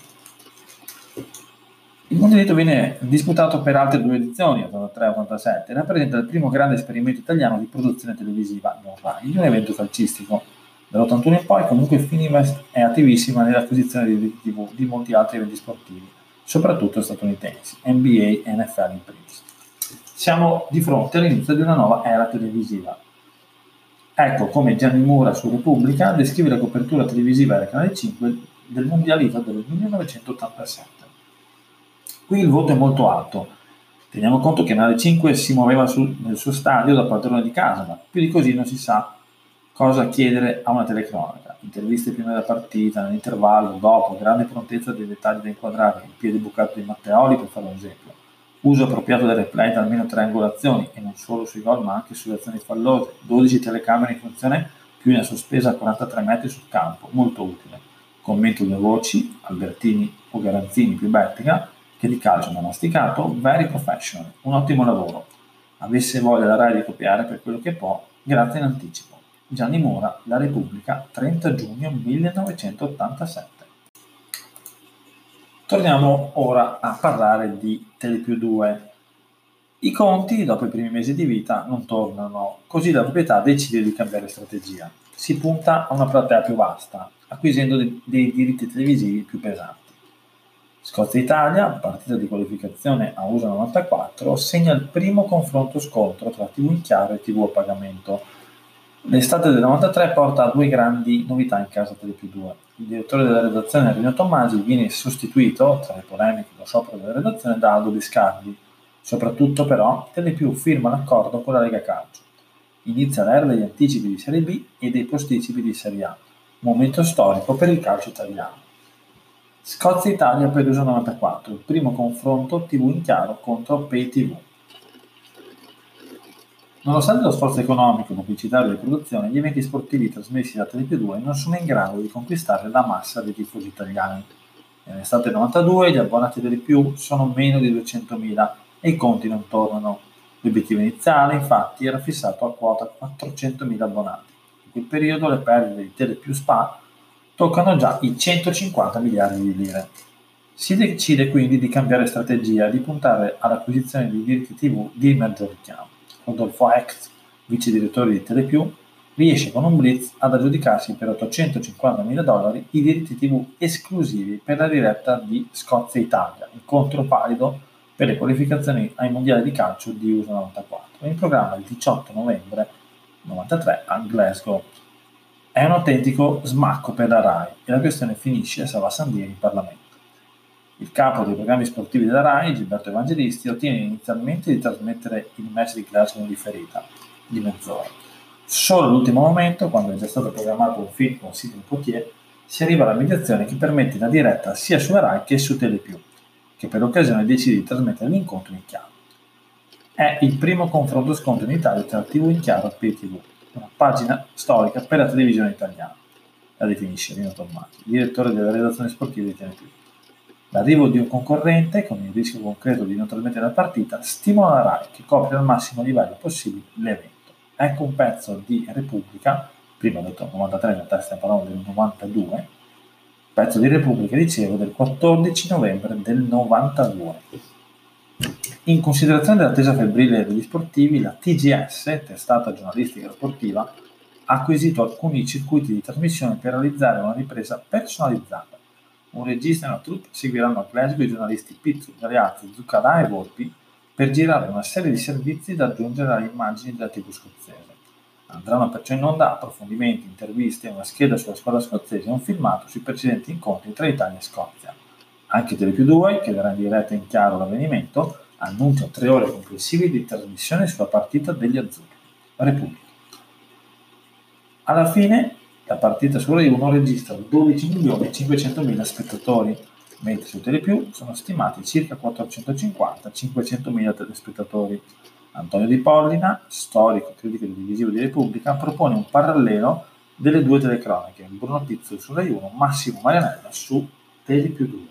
Il mondialito viene disputato per altre 2 edizioni, 83 e 87, e rappresenta il primo grande esperimento italiano di produzione televisiva non RAI di un evento calcistico. Dall'81 in poi comunque Fininvest è attivissima nell'acquisizione di diritti TV di molti altri eventi sportivi, soprattutto statunitensi, NBA e NFL in primis. Siamo di fronte all'inizio di una nuova era televisiva. Ecco come Gianni Mura su Repubblica descrive la copertura televisiva del Canale 5 del Mondialito del 1987. Qui il voto è molto alto. Teniamo conto che Canale 5 si muoveva nel suo stadio da padrone di casa, ma più di così non si sa cosa chiedere a una telecronaca. Interviste prima della partita, nell'intervallo, dopo, grande prontezza dei dettagli da inquadrare, il piede bucato di Matteoli per fare un esempio. Uso appropriato del replay da almeno 3 angolazioni, e non solo sui gol ma anche sulle azioni fallose, 12 telecamere in funzione più una sospesa a 43 metri sul campo, molto utile. Commento 2 voci, Albertini o Garanzini più Bettica, che di calcio non ha masticato, very professional, un ottimo lavoro. Avesse voglia la RAI di copiare per quello che può, grazie in anticipo. Gianni Mura, La Repubblica, 30 giugno 1987. Torniamo ora a parlare di Telepiù 2. I conti, dopo i primi mesi di vita, non tornano, così la proprietà decide di cambiare strategia. Si punta a una platea più vasta, acquisendo dei diritti televisivi più pesanti. Scozia-Italia, partita di qualificazione a USA 94, segna il primo confronto scontro tra TV in chiaro e TV a pagamento. L'estate del 93 porta a 2 grandi novità in casa Telepiù 2. Il direttore della redazione Rino Tommasi viene sostituito, tra le polemiche e lo sciopero della redazione, da Aldo Biscardi. Soprattutto però Telepiù firma l'accordo con la Lega Calcio. Inizia l'era degli anticipi di Serie B e dei posticipi di Serie A, momento storico per il calcio italiano. Scozia-Italia per USA 94, il primo confronto TV in chiaro contro Pay TV. Nonostante lo sforzo economico, pubblicitario e di produzione, gli eventi sportivi trasmessi da Telepiù 2 non sono in grado di conquistare la massa dei tifosi italiani. Nell'estate 92 gli abbonati Telepiù sono meno di 200.000 e i conti non tornano. L'obiettivo iniziale, infatti, era fissato a quota 400.000 abbonati. In quel periodo le perdite di Telepiù SpA toccano già i 150 miliardi di lire. Si decide quindi di cambiare strategia e di puntare all'acquisizione di diritti TV di maggior richiamo. Rodolfo Hecht, vice direttore di Telepiù, riesce con un blitz ad aggiudicarsi per $850.000 i diritti TV esclusivi per la diretta di Scozia-Italia, incontro valido per le qualificazioni ai mondiali di calcio di USA 94, in programma il 18 novembre 93 a Glasgow. È un autentico smacco per la RAI e la questione finisce a Savassandieri in Parlamento. Il capo dei programmi sportivi della RAI, Gilberto Evangelisti, ottiene inizialmente di trasmettere il match di Glasgow in differita, di mezz'ora. Solo all'ultimo momento, quando è già stato programmato un film con Sidney Poitier, si arriva alla mediazione che permette la diretta sia sulla RAI che su Telepiù, che per l'occasione decide di trasmettere l'incontro in chiaro. È il primo confronto scontro in Italia tra TV in chiaro e Pay TV, una pagina storica per la televisione italiana. La definisce Rino Tommasi, direttore della redazione sportiva di Telepiù. L'arrivo di un concorrente, con il rischio concreto di non trasmettere la partita, stimola la RAI, che copre al massimo livello possibile l'evento. Ecco un pezzo di Repubblica, prima detto 93, in realtà stiamo parlando del 92, pezzo di Repubblica, dicevo, del 14 novembre del 92. In considerazione dell'attesa febbrile degli sportivi, la TGS, testata giornalistica sportiva, ha acquisito alcuni circuiti di trasmissione per realizzare una ripresa personalizzata. Un regista e una troupe seguiranno a Glasgow i giornalisti Pizzo, Galeazzi, Zuccalà e Volpi per girare una serie di servizi da aggiungere alle immagini della TV scozzese. Andranno perciò in onda approfondimenti, interviste, una scheda sulla squadra scozzese e un filmato sui precedenti incontri tra Italia e Scozia. Anche Telepiù 2, che darà in diretta in chiaro l'avvenimento, annuncia 3 ore complessive di trasmissione sulla partita degli azzurri. Repubblica. Alla fine la partita su Rai 1 registra 12.500.000 spettatori, mentre su Telepiù sono stimati circa 450-500.000 telespettatori. Antonio Di Pollina, storico critico televisivo di Repubblica, propone un parallelo delle 2 telecronache, Bruno Pizzol su Rai 1, Massimo Marianella su Telepiù 2.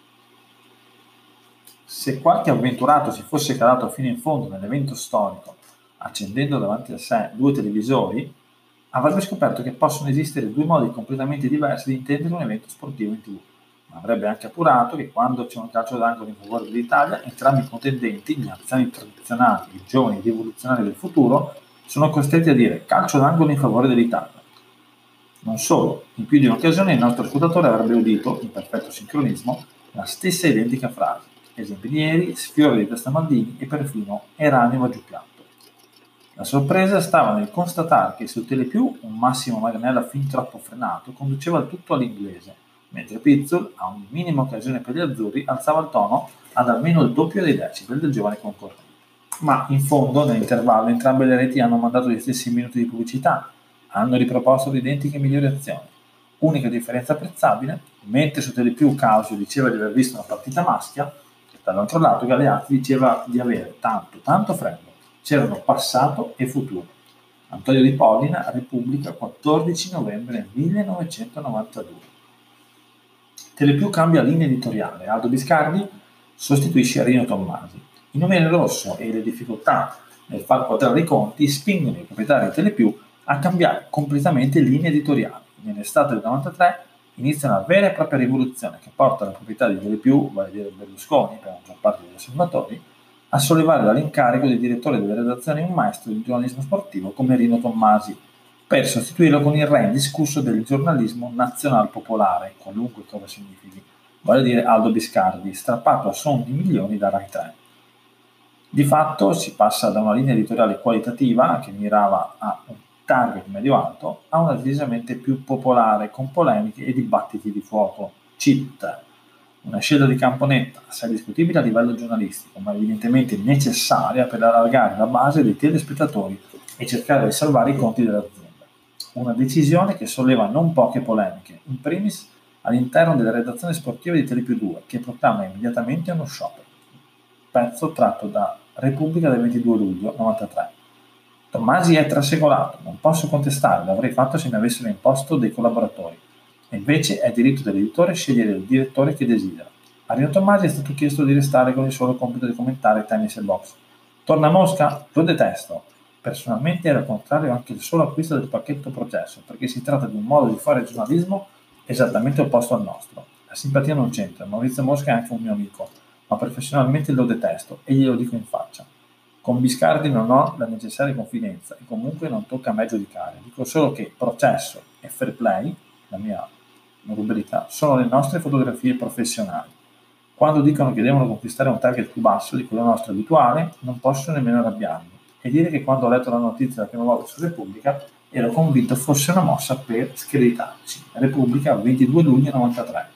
Se qualche avventurato si fosse calato fino in fondo nell'evento storico, accendendo davanti a sé 2 televisori, avrebbe scoperto che possono esistere 2 modi completamente diversi di intendere un evento sportivo in TV. Ma avrebbe anche appurato che quando c'è un calcio d'angolo in favore dell'Italia, entrambi i contendenti, gli anziani tradizionali e i giovani rivoluzionari del futuro, sono costretti a dire calcio d'angolo in favore dell'Italia. Non solo, in più di un'occasione il nostro ascoltatore avrebbe udito, in perfetto sincronismo, la stessa identica frase. Esempi di ieri, sfiore di testa Maldini e perfino Eranio va giù piatto. La sorpresa stava nel constatare che su Telepiù un Massimo Marianella fin troppo frenato conduceva il tutto all'inglese, mentre Pizzol, a ogni minima occasione per gli azzurri, alzava il tono ad almeno il doppio dei decibel del giovane concorrente. Ma in fondo, nell'intervallo, entrambe le reti hanno mandato gli stessi minuti di pubblicità, hanno riproposto le identiche migliori azioni. Unica differenza apprezzabile, mentre su Telepiù Causio diceva di aver visto una partita maschia, dall'altro lato Galeazzi diceva di avere tanto freddo. C'erano passato e futuro. Antonio Di Pollina, Repubblica, 14 novembre 1992. Telepiù cambia linea editoriale. Aldo Biscardi sostituisce Rino Tommasi. Il nome rosso e le difficoltà nel far quadrare i conti spingono i proprietari di Telepiù a cambiare completamente linea editoriale. Nell'estate del 93 inizia una vera e propria rivoluzione che porta la proprietà di Telepiù, vale a dire Berlusconi per la maggior parte degli osservatori, a sollevare dall'incarico di direttore delle redazioni un maestro di giornalismo sportivo come Rino Tommasi, per sostituirlo con il re indiscusso del giornalismo nazional popolare, qualunque cosa significhi, vale a dire Aldo Biscardi, strappato a suon di milioni da Rai 3. Di fatto si passa da una linea editoriale qualitativa, che mirava a un target medio-alto, a una decisamente più popolare, con polemiche e dibattiti di fuoco. Cheat. Una scelta di campo netta, assai discutibile a livello giornalistico, ma evidentemente necessaria per allargare la base dei telespettatori e cercare di salvare i conti dell'azienda. Una decisione che solleva non poche polemiche, in primis all'interno delle redazioni sportive di Telepiù 2, che proclama immediatamente uno sciopero. Pezzo tratto da Repubblica del 22 luglio 93. Tommasi è trasecolato, non posso contestare, l'avrei fatto se mi avessero imposto dei collaboratori. E invece è diritto dell'editore scegliere il direttore che desidera. A Rino Tommasi è stato chiesto di restare con il solo compito di commentare tennis e box. Torna a Mosca? Lo detesto. Personalmente era contrario anche il solo acquisto del pacchetto processo, perché si tratta di un modo di fare giornalismo esattamente opposto al nostro. La simpatia non c'entra, Maurizio Mosca è anche un mio amico, ma professionalmente lo detesto e glielo dico in faccia. Con Biscardi non ho la necessaria confidenza e comunque non tocca a me giudicare. Dico solo che processo e fair play, la mia rubrica, sono le nostre fotografie professionali. Quando dicono che devono conquistare un target più basso di quello nostro abituale, non posso nemmeno arrabbiarmi e dire che quando ho letto la notizia la prima volta su Repubblica ero convinto fosse una mossa per screditarci. Repubblica, 22 luglio 93.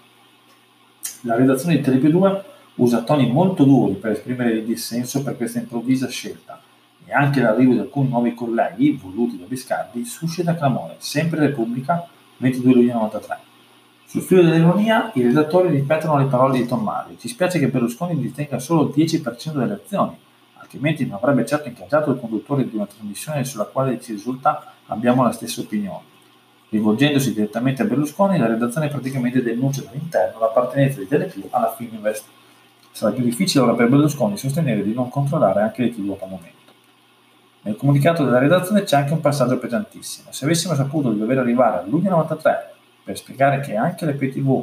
La redazione di Telepiù 2 usa toni molto duri per esprimere il dissenso per questa improvvisa scelta e anche l'arrivo di alcuni nuovi colleghi, voluti da Biscardi, suscita clamore. Sempre Repubblica, 22 luglio 93. Sul filo dell'ironia, i redattori ripetono le parole di Tommasi. Ci spiace che Berlusconi detenga solo il 10% delle azioni, altrimenti non avrebbe certo ingaggiato il conduttore di una trasmissione sulla quale ci risulta abbiamo la stessa opinione. Rivolgendosi direttamente a Berlusconi, la redazione praticamente denuncia dall'interno l'appartenenza di Telepiù alla Fininvest. Sarà più difficile ora per Berlusconi sostenere di non controllare anche le TV a pagamento. Nel comunicato della redazione c'è anche un passaggio pesantissimo. Se avessimo saputo di dover arrivare a luglio 93 per spiegare che anche l'EPTV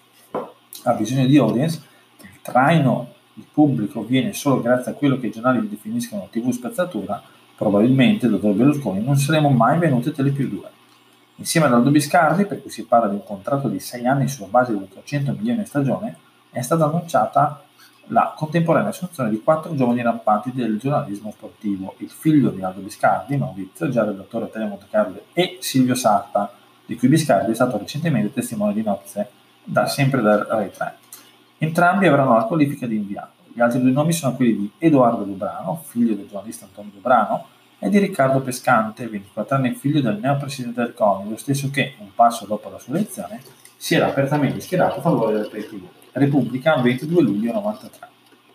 ha bisogno di audience, che il traino di pubblico viene solo grazie a quello che i giornali definiscono TV spezzatura, probabilmente, dottor Berlusconi, non saremmo mai venuti a Telepiù 2. Insieme ad Aldo Biscardi, per cui si parla di un contratto di 6 anni sulla base di 800 milioni a stagione, è stata annunciata la contemporanea assunzione di 4 giovani rampanti del giornalismo sportivo, il figlio di Aldo Biscardi, Maurizio, già redattore a Tele Monte Carlo, e Silvio Sarta, di cui Biscardi è stato recentemente testimone di nozze sempre da Rai 3. Entrambi avranno la qualifica di inviato. Gli altri due nomi sono quelli di Edoardo Dubrano, figlio del giornalista Antonio Dubrano, e di Riccardo Pescante, 24 anni, figlio del neopresidente del CONI, lo stesso che, un passo dopo la sua elezione, si era apertamente schierato a favore del PTV. Repubblica, 22 luglio 93.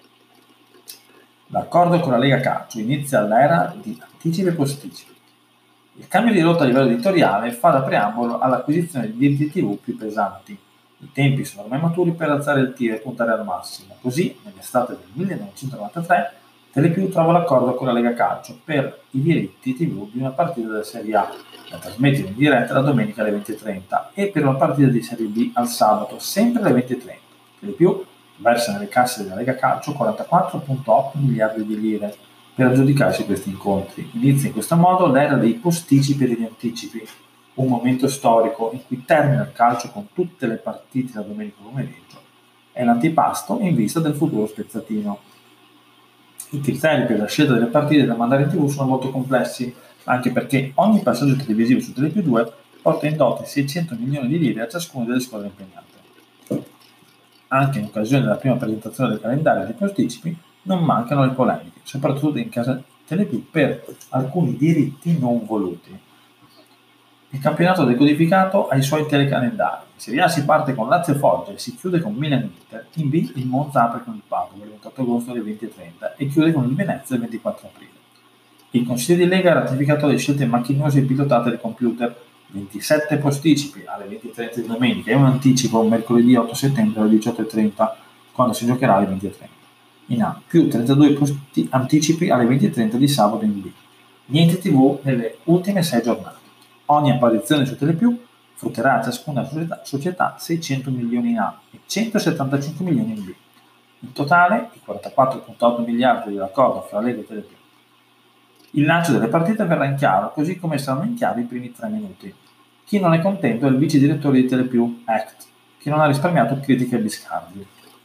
L'accordo con la Lega Calcio inizia l'era di anticipi e posticipi. Il cambio di rotta a livello editoriale fa da preambolo all'acquisizione di diritti TV più pesanti. I tempi sono ormai maturi per alzare il tiro e puntare al massimo. Così, nell'estate del 1993, Telepiù trova l'accordo con la Lega Calcio per i diritti TV di una partita della Serie A, da trasmettere in diretta la domenica alle 20:30, e per una partita di Serie B al sabato, sempre alle 20:30. Telepiù versa nelle casse della Lega Calcio 44,8 miliardi di lire per aggiudicarsi questi incontri. Inizia in questo modo l'era dei posticipi e degli anticipi, un momento storico in cui termina il calcio con tutte le partite la domenica pomeriggio. È l'antipasto in vista del futuro spezzatino. I criteri per la scelta delle partite da mandare in TV sono molto complessi, anche perché ogni passaggio televisivo su Telepiù 2 porta in dote 600 milioni di lire a ciascuna delle squadre impegnate. Anche in occasione della prima presentazione del calendario dei posticipi non mancano le polemiche, soprattutto in casa Telepiù per alcuni diritti non voluti. Il campionato decodificato ha i suoi telecalendari. In Serie A si parte con Lazio Foggia e si chiude con Milan Inter. In B il Monza apre con il Padova il 28 agosto alle 20:30 e chiude con il Venezia il 24 aprile. Il Consiglio di Lega ha ratificato le scelte macchinose e pilotate del computer, 27 posticipi alle 20:30 di domenica e un anticipo mercoledì 8 settembre alle 18:30, quando si giocherà alle 20:30. In A, più 32 anticipi alle 20:30 di sabato in B. Niente TV nelle ultime 6 giornate. Ogni apparizione su Telepiù frutterà a ciascuna società 600 milioni in A e 175 milioni in B. In totale, i 44,8 miliardi dell'accordo fra Lega e Telepiù. Il lancio delle partite verrà in chiaro, così come saranno in chiaro i primi 3 minuti. Chi non è contento è il vice direttore di Telepiù, Act, che non ha risparmiato critiche e biscardi.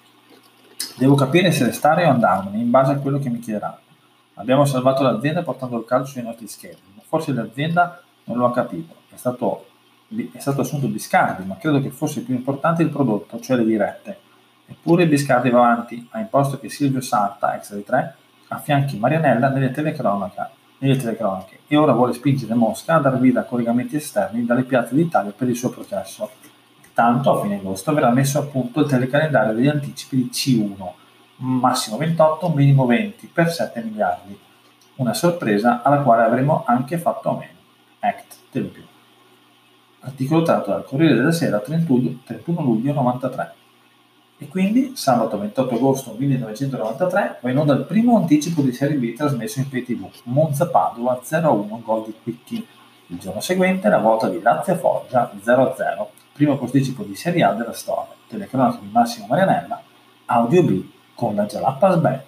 Devo capire se restare o andarmene, in base a quello che mi chiederanno. Abbiamo salvato l'azienda portando il calcio sui nostri schermi, ma forse l'azienda non lo ha capito. È stato assunto Biscardi, ma credo che fosse più importante il prodotto, cioè le dirette. Eppure Biscardi va avanti, ha imposto che Silvio Sarta, ex di 3, affianchi Marianella nelle telecronache e ora vuole spingere Mosca a dar vita a collegamenti esterni dalle piazze d'Italia per il suo processo. Tanto a fine agosto verrà messo a punto il telecalendario degli anticipi di C1, massimo 28, minimo 20, per 7 miliardi. Una sorpresa alla quale avremo anche fatto a meno. Act Telepiù. Articolo tratto dal Corriere della Sera 31 luglio 93. E quindi sabato 28 agosto 1993 va in onda il primo anticipo di Serie B trasmesso in Pay TV, Monza Padova 0-1 gol di Quicchi. Il giorno seguente la volta di Lazio Foggia 0-0, primo posticipo di Serie A della storia, telecronaca di Massimo Marianella, audio B con la Jalapas Band.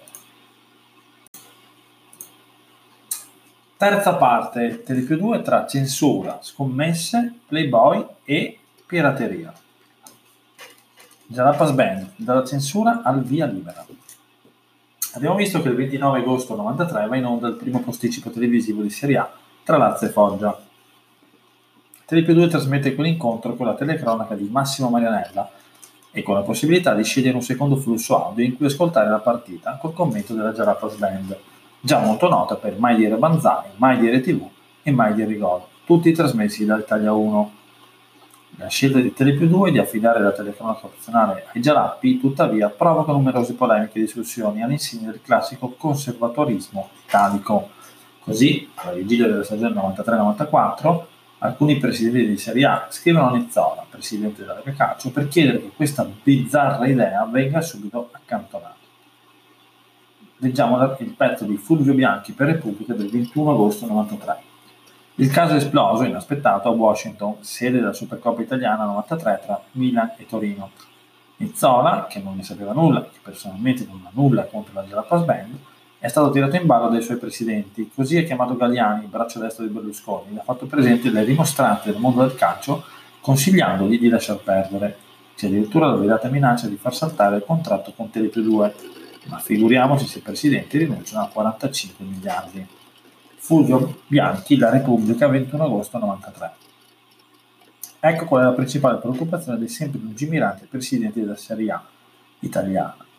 Terza parte, Telepiù 2 tra censura, scommesse, Playboy e pirateria. Jalapas Band, dalla censura al via libera. Abbiamo visto che il 29 agosto 93 va in onda il primo posticipo televisivo di Serie A tra Lazio e Foggia. Telepiù 2 trasmette quell'incontro con la telecronaca di Massimo Marianella e con la possibilità di scegliere un secondo flusso audio in cui ascoltare la partita col commento della Jalapas Band, già molto nota per Mai dire Banzai, Mai dire TV e Mai dire Gol, tutti trasmessi da Italia 1. La scelta di Telepiù 2 di affidare la telecronaca opzionale ai Jalappi, tuttavia, provoca numerose polemiche e discussioni all'insegna del classico conservatorismo italico. Così, alla vigilia della stagione 93-94, alcuni presidenti di Serie A scrivono a Nizzola, presidente della Lega Calcio, per chiedere che questa bizzarra idea venga subito accantonata. Leggiamo il pezzo di Fulvio Bianchi per Repubblica del 21 agosto 93. Il caso è esploso, inaspettato, a Washington, sede della Supercoppa italiana 93 tra Milan e Torino. Nizzola, che non ne sapeva nulla, che personalmente non ha nulla contro la Jalapas Band, è stato tirato in ballo dai suoi presidenti, così ha chiamato Galliani, braccio destro di Berlusconi, e ha fatto presente le rimostranze del mondo del calcio, consigliandogli di lasciar perdere. C'è addirittura la velata minaccia di far saltare il contratto con Telepiù 2, ma figuriamoci se i presidenti rinunciano a 45 miliardi. Fulvio Bianchi, La Repubblica, 21 agosto 93. Ecco qual è la principale preoccupazione dei sempre lungimiranti presidenti della Serie A italiana. La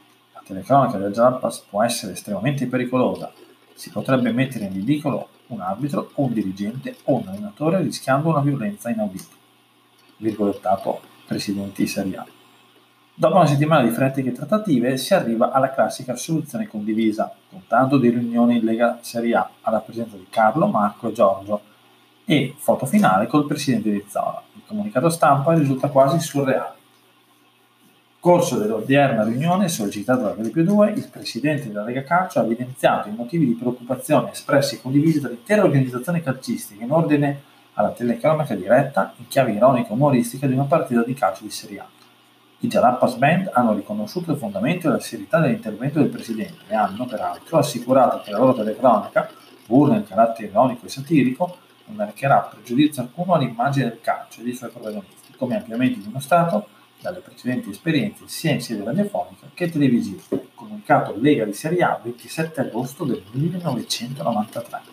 telecronaca del Jalapas può essere estremamente pericolosa. Si potrebbe mettere in ridicolo un arbitro o un dirigente o un allenatore rischiando una violenza inaudita. Virgolettato presidenti di Serie A. Dopo una settimana di frenetiche trattative si arriva alla classica soluzione condivisa, con tanto di riunioni in Lega Serie A alla presenza di Carlo, Marco e Giorgio e foto finale col presidente di Zola. Il comunicato stampa risulta quasi surreale. Corso dell'odierna riunione, sollecitato da Tele2, il presidente della Lega Calcio ha evidenziato i motivi di preoccupazione espressi e condivisi dall'intera organizzazione calcistica in ordine alla telecronaca diretta in chiave ironica e umoristica di una partita di calcio di Serie A. I Jalapas Band hanno riconosciuto il fondamento e la serietà dell'intervento del presidente e hanno, peraltro, assicurato che la loro telecronaca, pur nel carattere ironico e satirico, non arrecherà pregiudizio alcuno all'immagine del calcio e dei suoi protagonisti, come ampiamente dimostrato dalle precedenti esperienze sia in sede radiofonica che televisiva. Comunicato Lega di Serie A 27 agosto del 1993.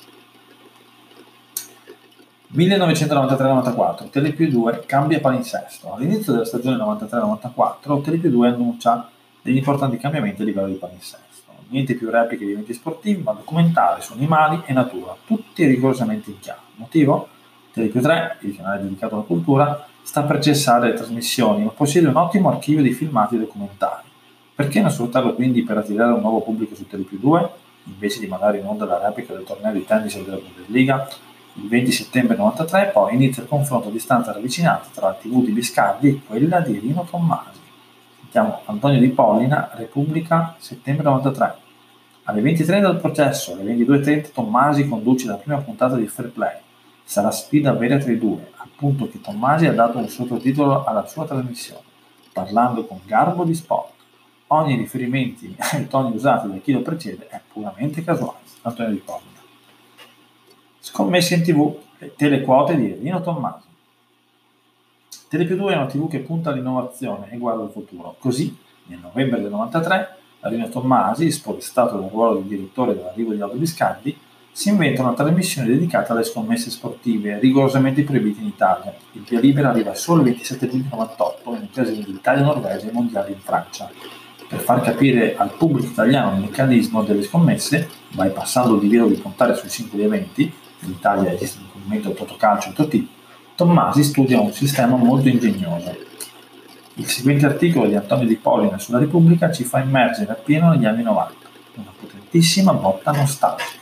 1993-94, Tele2 cambia palinsesto. All'inizio della stagione 93-94, Tele2 annuncia degli importanti cambiamenti a livello di palinsesto. Niente più repliche di eventi sportivi, ma documentari su animali e natura, tutti rigorosamente in chiaro. Motivo? Tele2, il canale dedicato alla cultura, sta per cessare le trasmissioni, ma possiede un ottimo archivio di filmati e documentari. Perché non sfruttarlo quindi per attirare un nuovo pubblico su Tele2, invece di mandare in onda la replica del torneo di tennis e della Bundesliga? Il 20 settembre 1993 poi inizia il confronto a distanza ravvicinata tra la TV di Biscardi e quella di Rino Tommasi. Sentiamo Antonio Di Pollina, Repubblica, settembre 1993. Alle 23 del processo, alle 22:30 Tommasi conduce la prima puntata di Fair Play. Sarà sfida vera tra i due, al punto che Tommasi ha dato un sottotitolo alla sua trasmissione, parlando con garbo di sport. Ogni riferimento ai toni usati da chi lo precede è puramente casuale. Antonio Di Pollina. Scommesse in TV, le telequote di Rino Tommasi. Tele2 è una TV che punta all'innovazione e guarda al futuro. Così, nel novembre del 93, Rino Tommasi, spodestato dal ruolo di direttore dell'arrivo di Aldo Biscardi, si inventa una trasmissione dedicata alle scommesse sportive, rigorosamente proibite in Italia. Il via libera arriva solo il 27 giugno 98 in occasione di Italia-Norvegia e i mondiali in Francia. Per far capire al pubblico italiano il meccanismo delle scommesse, bypassando il divieto di puntare sui singoli eventi, in Italia esiste un movimento Totocalcio e Totip, Tommasi studia un sistema molto ingegnoso. Il seguente articolo di Antonio Di Pollina sulla Repubblica ci fa immergere appieno negli anni 90, una potentissima botta nostalgica.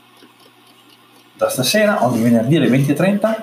Da stasera, ogni venerdì alle 20:30,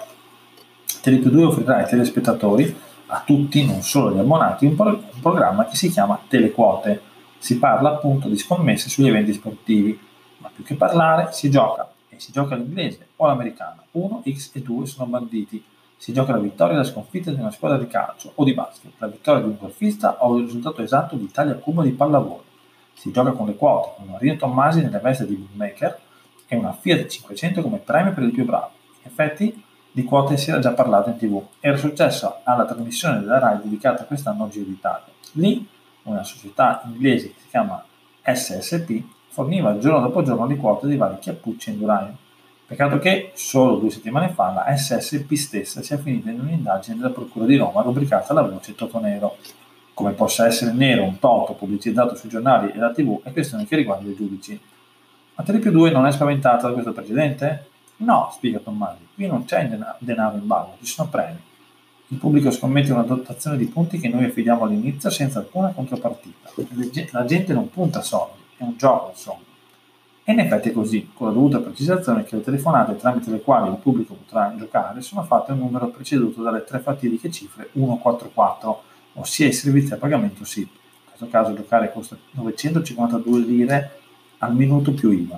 Tele2 offrirà ai telespettatori, a tutti, non solo agli abbonati, un programma che si chiama Telequote. Si parla appunto di scommesse sugli eventi sportivi, ma più che parlare si gioca. E si gioca l'inglese o l'americana. 1, X e 2 sono banditi. Si gioca la vittoria e la sconfitta di una squadra di calcio o di basket, la vittoria di un golfista o il risultato esatto di Italia-Cuba di pallavolo. Si gioca con le quote, con Rino Tommasi nella veste di bookmaker e una Fiat 500 come premio per il più bravo. In effetti, di quote si era già parlato in TV. Era successo alla trasmissione della RAI dedicata quest'anno al Giro d'Italia. Lì, una società inglese che si chiama SSP forniva giorno dopo giorno le quote dei vari Chiappucci e Indurain. Peccato che, solo 2 settimane fa, la SSP stessa sia finita in un'indagine della Procura di Roma rubricata alla voce Totonero. Come possa essere nero un toto pubblicizzato sui giornali e la TV è questione che riguarda i giudici. Ma Tele2 non è spaventata da questo precedente? No, spiega Tommasi, qui non c'è denaro in ballo, ci sono premi. Il pubblico scommette una dotazione di punti che noi affidiamo all'inizio senza alcuna contropartita. La gente non punta soldi. È un gioco, insomma. E in effetti è così, con la dovuta precisazione che le telefonate tramite le quali il pubblico potrà giocare sono fatte a un numero preceduto dalle 3 fatidiche cifre 144, ossia i servizi a pagamento SIP. In questo caso giocare costa 952 lire al minuto più IVA.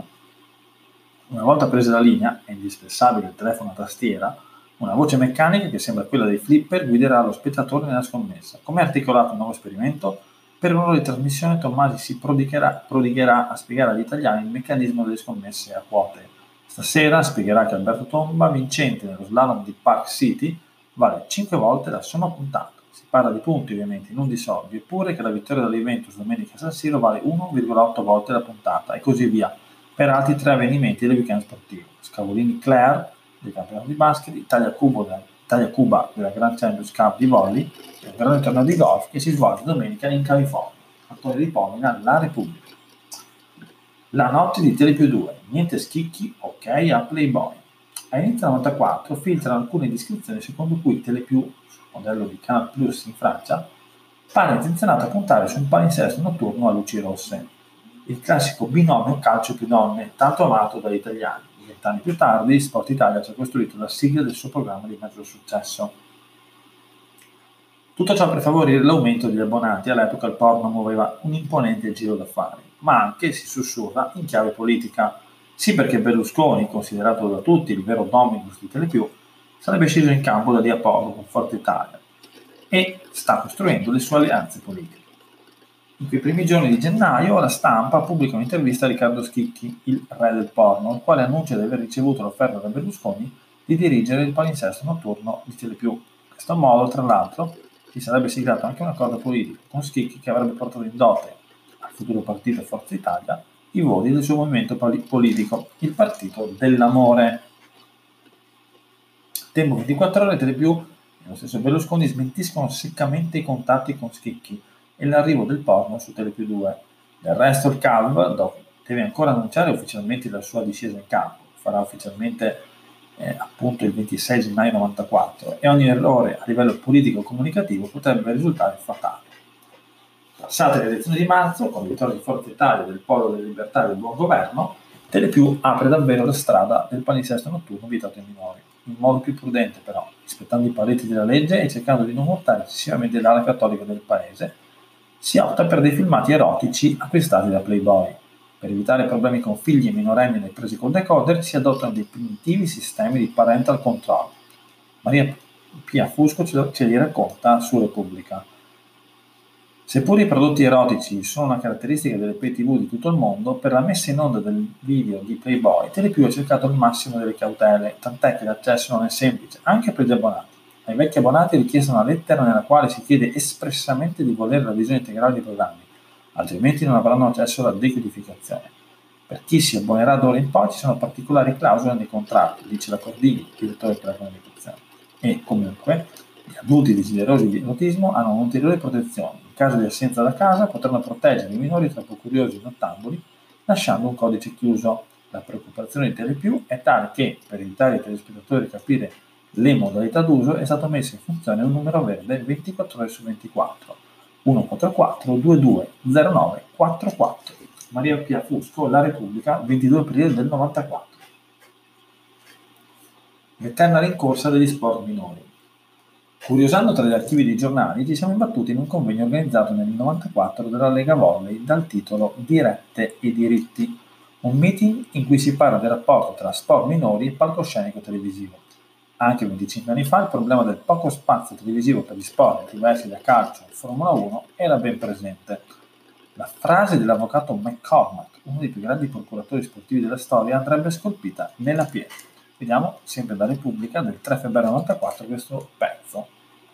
Una volta presa la linea, è indispensabile il telefono a tastiera, una voce meccanica che sembra quella dei flipper guiderà lo spettatore nella scommessa. Come è articolato il nuovo esperimento? Per un'ora di trasmissione Tommasi si prodigherà a spiegare agli italiani il meccanismo delle scommesse a quote. Stasera spiegherà che Alberto Tomba, vincente nello slalom di Park City, vale 5 volte la somma puntata. Si parla di punti ovviamente, non di soldi, eppure che la vittoria della Juventus domenica a San Siro vale 1,8 volte la puntata e così via, per altri 3 avvenimenti del weekend sportivo. Scavolini Claire del campionato di basket, Italia-Cuba della Grand Champions Cup di volley e un grande torneo di golf che si svolge domenica in California. Attore di Pomina, La Repubblica. La notte di Telepiù 2, niente schicchi, ok a Playboy. A inizio 94 filtrano alcune descrizioni secondo cui Telepiù, sul modello di Canal Plus in Francia, pare intenzionato a puntare su un palinsesto notturno a luci rosse, il classico binomio calcio più donne, tanto amato dagli italiani. 20 anni più tardi, Sport Italia ci ha costruito la sigla del suo programma di maggior successo. Tutto ciò per favorire l'aumento degli abbonati. All'epoca il porno muoveva un imponente giro d'affari, ma anche, si sussurra, in chiave politica. Sì, perché Berlusconi, considerato da tutti il vero dominus di Telepiù, sarebbe sceso in campo da lì a poco con Forza Italia e sta costruendo le sue alleanze politiche. In quei primi giorni di gennaio la Stampa pubblica un'intervista a Riccardo Schicchi, il re del porno, il quale annuncia di aver ricevuto l'offerta da Berlusconi di dirigere il palinsesto notturno di Telepiù. In questo modo, tra l'altro, si sarebbe siglato anche un accordo politico con Schicchi che avrebbe portato in dote al futuro partito Forza Italia i voti del suo movimento politico, il Partito dell'Amore. Tempo 24 ore, Telepiù e lo stesso Berlusconi smentiscono seccamente i contatti con Schicchi e l'arrivo del porno su Telepiù 2. Del resto il CAV deve ancora annunciare ufficialmente la sua discesa in campo, farà ufficialmente appunto il 26 gennaio 94 e ogni errore a livello politico-comunicativo potrebbe risultare fatale. Passate le elezioni di marzo, con la vittoria di Forza Italia del Polo delle Libertà e del Buon Governo, Telepiù apre davvero la strada del palinsesto notturno vietato ai minori, in modo più prudente però, rispettando i paletti della legge e cercando di non urtare eccessivamente l'ala cattolica del paese. Si opta per dei filmati erotici acquistati da Playboy. Per evitare problemi con figli e minorenni nei presi col decoder si adottano dei primitivi sistemi di parental control. Maria Pia Fusco ce li racconta su Repubblica. Seppur i prodotti erotici sono una caratteristica delle pay TV di tutto il mondo, per la messa in onda del video di Playboy, Telepiù ha cercato il massimo delle cautele, tant'è che l'accesso non è semplice, anche per gli abbonati. Ai vecchi abbonati è richiesta una lettera nella quale si chiede espressamente di volere la visione integrale dei programmi, altrimenti non avranno accesso alla decodificazione. Per chi si abbonerà d'ora in poi ci sono particolari clausole nei contratti, dice la Cordini, direttore per la comunicazione. E, comunque, gli adulti desiderosi di erotismo hanno un'ulteriore protezione. In caso di assenza da casa potranno proteggere i minori troppo curiosi e nottambuli, lasciando un codice chiuso. La preoccupazione di Telepiù è tale che, per evitare ai telespettatori di capire le modalità d'uso, è stato messo in funzione un numero verde 24 ore su 24, 144 22 09 44. Maria Pia Fusco, La Repubblica, 22 aprile del 94. L'eterna rincorsa degli sport minori. Curiosando tra gli archivi dei giornali, ci siamo imbattuti in un convegno organizzato nel 94 dalla Lega Volley dal titolo Dirette e diritti, un meeting in cui si parla del rapporto tra sport minori e palcoscenico televisivo. Anche 25 anni fa il problema del poco spazio televisivo per gli sport diversi da calcio e Formula 1 era ben presente. La frase dell'avvocato McCormack, uno dei più grandi procuratori sportivi della storia, andrebbe scolpita nella pietra. Vediamo sempre da Repubblica del 3 febbraio 94 questo pezzo.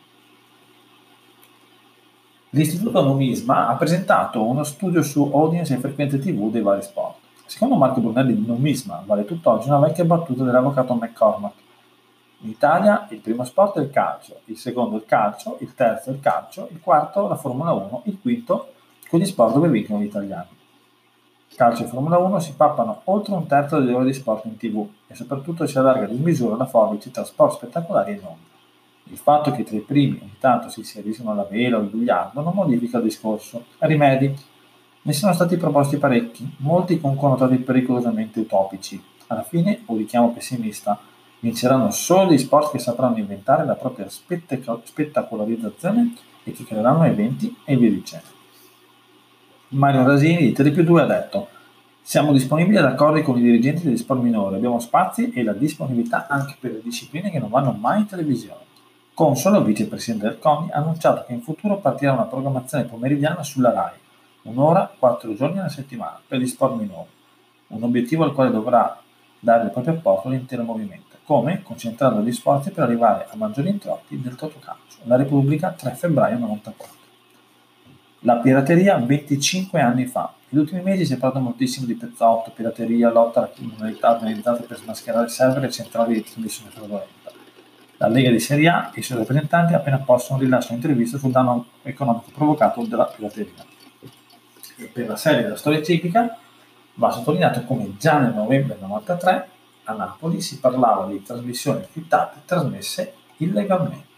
L'Istituto Numisma ha presentato uno studio su audience e frequenze TV dei vari sport. Secondo Marco Brunelli di Numisma vale tutt'oggi una vecchia battuta dell'avvocato McCormack. In Italia il primo sport è il calcio, il secondo il calcio, il terzo il calcio, il quarto la Formula 1, il quinto quegli sport dove vincono gli italiani. Calcio e Formula 1 si pappano oltre un terzo delle ore di sport in TV e soprattutto si allarga di misura la forbice tra sport spettacolari e non. Il fatto che tra i primi ogni tanto si inseriscono la vela o il biliardo non modifica il discorso. Rimedi. Ne sono stati proposti parecchi, molti con connotati pericolosamente utopici. Alla fine, un richiamo pessimista, vinceranno solo gli sport che sapranno inventare la propria spettacolarizzazione e che creeranno eventi e via dicendo. Mario Rasini di Telepiù 2 ha detto: siamo disponibili ad accordi con i dirigenti degli sport minori, abbiamo spazi e la disponibilità anche per le discipline che non vanno mai in televisione. Consolo, vicepresidente del CONI, ha annunciato che in futuro partirà una programmazione pomeridiana sulla RAI, un'ora, 4 giorni alla settimana, per gli sport minori, un obiettivo al quale dovrà dare il proprio apporto l'intero movimento, come concentrando gli sforzi per arrivare a maggiori introiti del Totocalcio. La Repubblica, 3 febbraio 94. La pirateria 25 anni fa. Negli ultimi mesi si è parlato moltissimo di pezzotto, pirateria, lotta alla criminalità organizzata per smascherare server e centrali di trasmissione fraudolenta. La Lega di Serie A e i suoi rappresentanti appena possono rilasciano interviste sul danno economico provocato dalla pirateria. per la serie della storia ciclica va sottolineato come già nel novembre 1993 a Napoli si parlava di trasmissioni criptate trasmesse illegalmente.